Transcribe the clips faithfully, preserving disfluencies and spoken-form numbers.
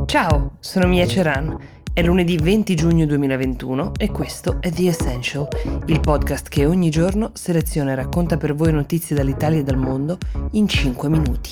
Ciao, sono Mia Ceran. È lunedì venti giugno duemilaventuno e questo è The Essential, il podcast che ogni giorno seleziona e racconta per voi notizie dall'Italia e dal mondo in cinque minuti.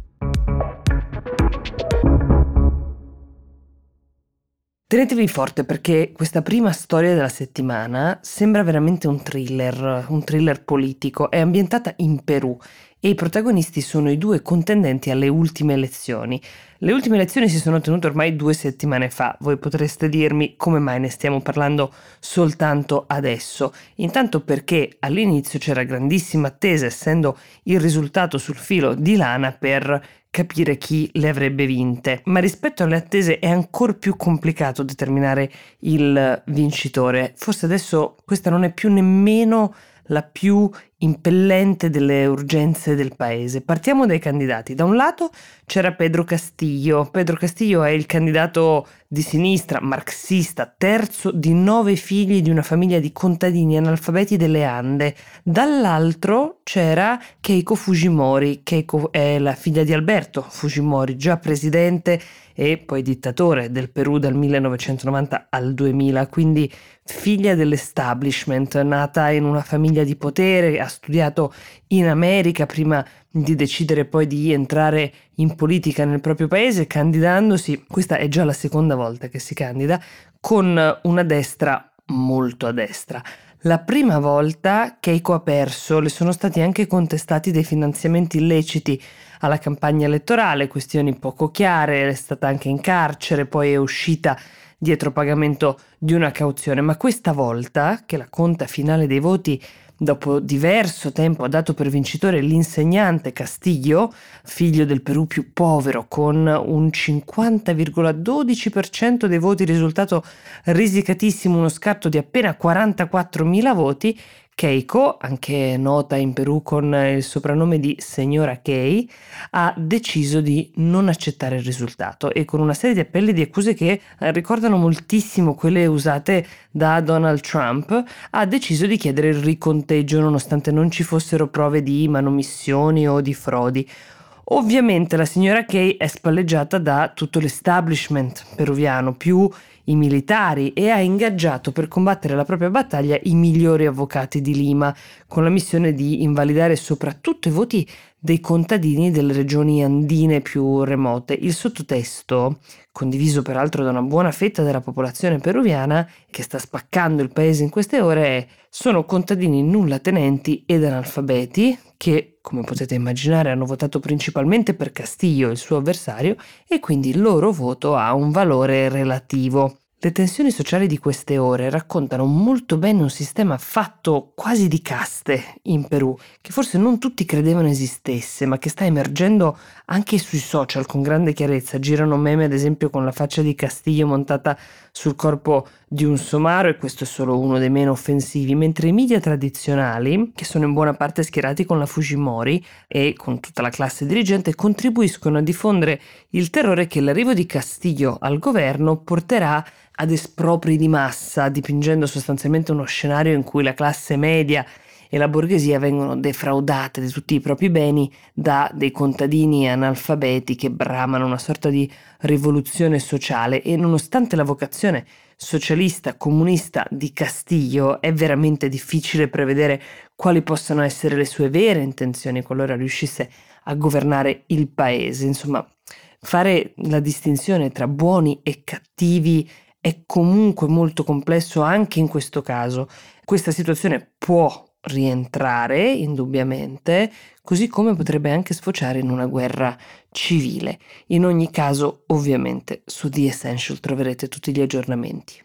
Tenetevi forte perché questa prima storia della settimana sembra veramente un thriller, un thriller politico. È ambientata in Perù e i protagonisti sono i due contendenti alle ultime elezioni. Le ultime elezioni si sono tenute ormai due settimane fa. Voi potreste dirmi come mai ne stiamo parlando soltanto adesso. Intanto perché all'inizio c'era grandissima attesa, essendo il risultato sul filo di lana, per capire chi le avrebbe vinte, ma rispetto alle attese è ancora più complicato determinare il vincitore. Forse adesso questa non è più nemmeno la più impellente delle urgenze del paese. Partiamo dai candidati. Da un lato c'era Pedro Castillo. Pedro Castillo è il candidato di sinistra, marxista, terzo di nove figli di una famiglia di contadini analfabeti delle Ande. Dall'altro c'era Keiko Fujimori. Keiko è la figlia di Alberto Fujimori, già presidente e poi dittatore del Perù dal millenovecentonovanta al duemila, quindi figlia dell'establishment, nata in una famiglia di potere, ha studiato in America prima di decidere poi di entrare in politica nel proprio paese, candidandosi, questa è già la seconda volta che si candida, con una destra molto a destra. La prima volta Keiko ha perso, le sono stati anche contestati dei finanziamenti illeciti alla campagna elettorale, questioni poco chiare, è stata anche in carcere, poi è uscita dietro pagamento di una cauzione, ma questa volta, che la conta finale dei voti dopo diverso tempo ha dato per vincitore l'insegnante Castillo, figlio del Perù più povero, con un cinquanta virgola dodici per cento dei voti, risultato risicatissimo, uno scarto di appena quarantaquattromila voti. Keiko, anche nota in Perù con il soprannome di Signora Kei, ha deciso di non accettare il risultato e con una serie di appelli di accuse che ricordano moltissimo quelle usate da Donald Trump, ha deciso di chiedere il riconteggio nonostante non ci fossero prove di manomissioni o di frodi. Ovviamente la signora Kei è spalleggiata da tutto l'establishment peruviano, più i militari, e ha ingaggiato per combattere la propria battaglia i migliori avvocati di Lima, con la missione di invalidare soprattutto i voti dei contadini delle regioni andine più remote. Il sottotesto, condiviso peraltro da una buona fetta della popolazione peruviana, che sta spaccando il paese in queste ore, è: sono contadini nulla tenenti ed analfabeti che, come potete immaginare, hanno votato principalmente per Castillo, il suo avversario, e quindi il loro voto ha un valore relativo. Le tensioni sociali di queste ore raccontano molto bene un sistema fatto quasi di caste in Perù, che forse non tutti credevano esistesse, ma che sta emergendo anche sui social con grande chiarezza. Girano meme, ad esempio, con la faccia di Castillo montata sul corpo di un somaro, e questo è solo uno dei meno offensivi, mentre i media tradizionali, che sono in buona parte schierati con la Fujimori e con tutta la classe dirigente, contribuiscono a diffondere il terrore che l'arrivo di Castillo al governo porterà ad espropri di massa, dipingendo sostanzialmente uno scenario in cui la classe media e la borghesia vengono defraudate di tutti i propri beni da dei contadini analfabeti che bramano una sorta di rivoluzione sociale. E nonostante la vocazione socialista, comunista di Castillo, è veramente difficile prevedere quali possano essere le sue vere intenzioni qualora riuscisse a governare il paese. Insomma, fare la distinzione tra buoni e cattivi è comunque molto complesso anche in questo caso. Questa situazione può rientrare indubbiamente, così come potrebbe anche sfociare in una guerra civile. In ogni caso, ovviamente, su The Essential troverete tutti gli aggiornamenti.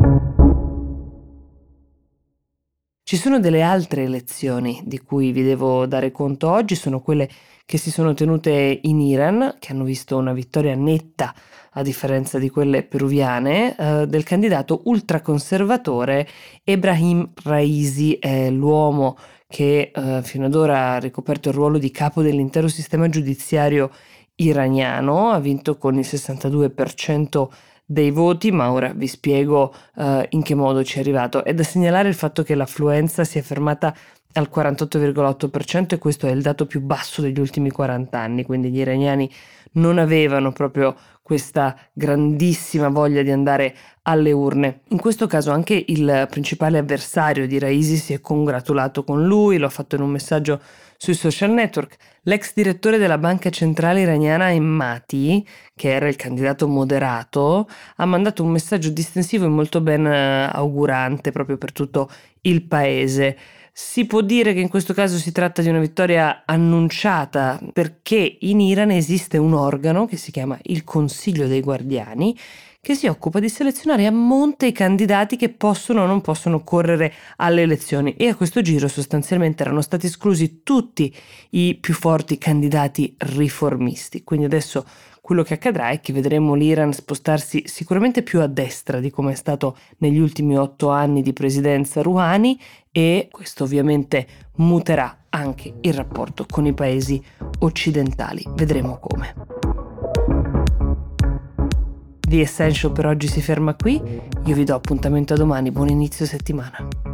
Ci sono delle altre elezioni di cui vi devo dare conto oggi, sono quelle che si sono tenute in Iran, che hanno visto una vittoria netta, a differenza di quelle peruviane, eh, del candidato ultraconservatore Ebrahim Raisi. È l'uomo che eh, fino ad ora ha ricoperto il ruolo di capo dell'intero sistema giudiziario iraniano, ha vinto con il sessantadue per cento dei voti, ma ora vi spiego uh, in che modo ci è arrivato. È da segnalare il fatto che l'affluenza si è fermata al quarantotto virgola otto per cento e questo è il dato più basso degli ultimi quaranta anni, quindi gli iraniani non avevano proprio questa grandissima voglia di andare alle urne. In questo caso anche il principale avversario di Raisi si è congratulato con lui, lo ha fatto in un messaggio sui social network. L'ex direttore della banca centrale iraniana Emmati, che era il candidato moderato, ha mandato un messaggio distensivo e molto ben augurante proprio per tutto il paese. Si può dire che in questo caso si tratta di una vittoria annunciata, perché in Iran esiste un organo che si chiama il Consiglio dei Guardiani, che si occupa di selezionare a monte i candidati che possono o non possono correre alle elezioni, e a questo giro sostanzialmente erano stati esclusi tutti i più forti candidati riformisti. Quindi adesso quello che accadrà è che vedremo l'Iran spostarsi sicuramente più a destra di come è stato negli ultimi otto anni di presidenza Rouhani, e questo ovviamente muterà anche il rapporto con i paesi occidentali. Vedremo come. The Essential per oggi si ferma qui, io vi do appuntamento a domani, buon inizio settimana.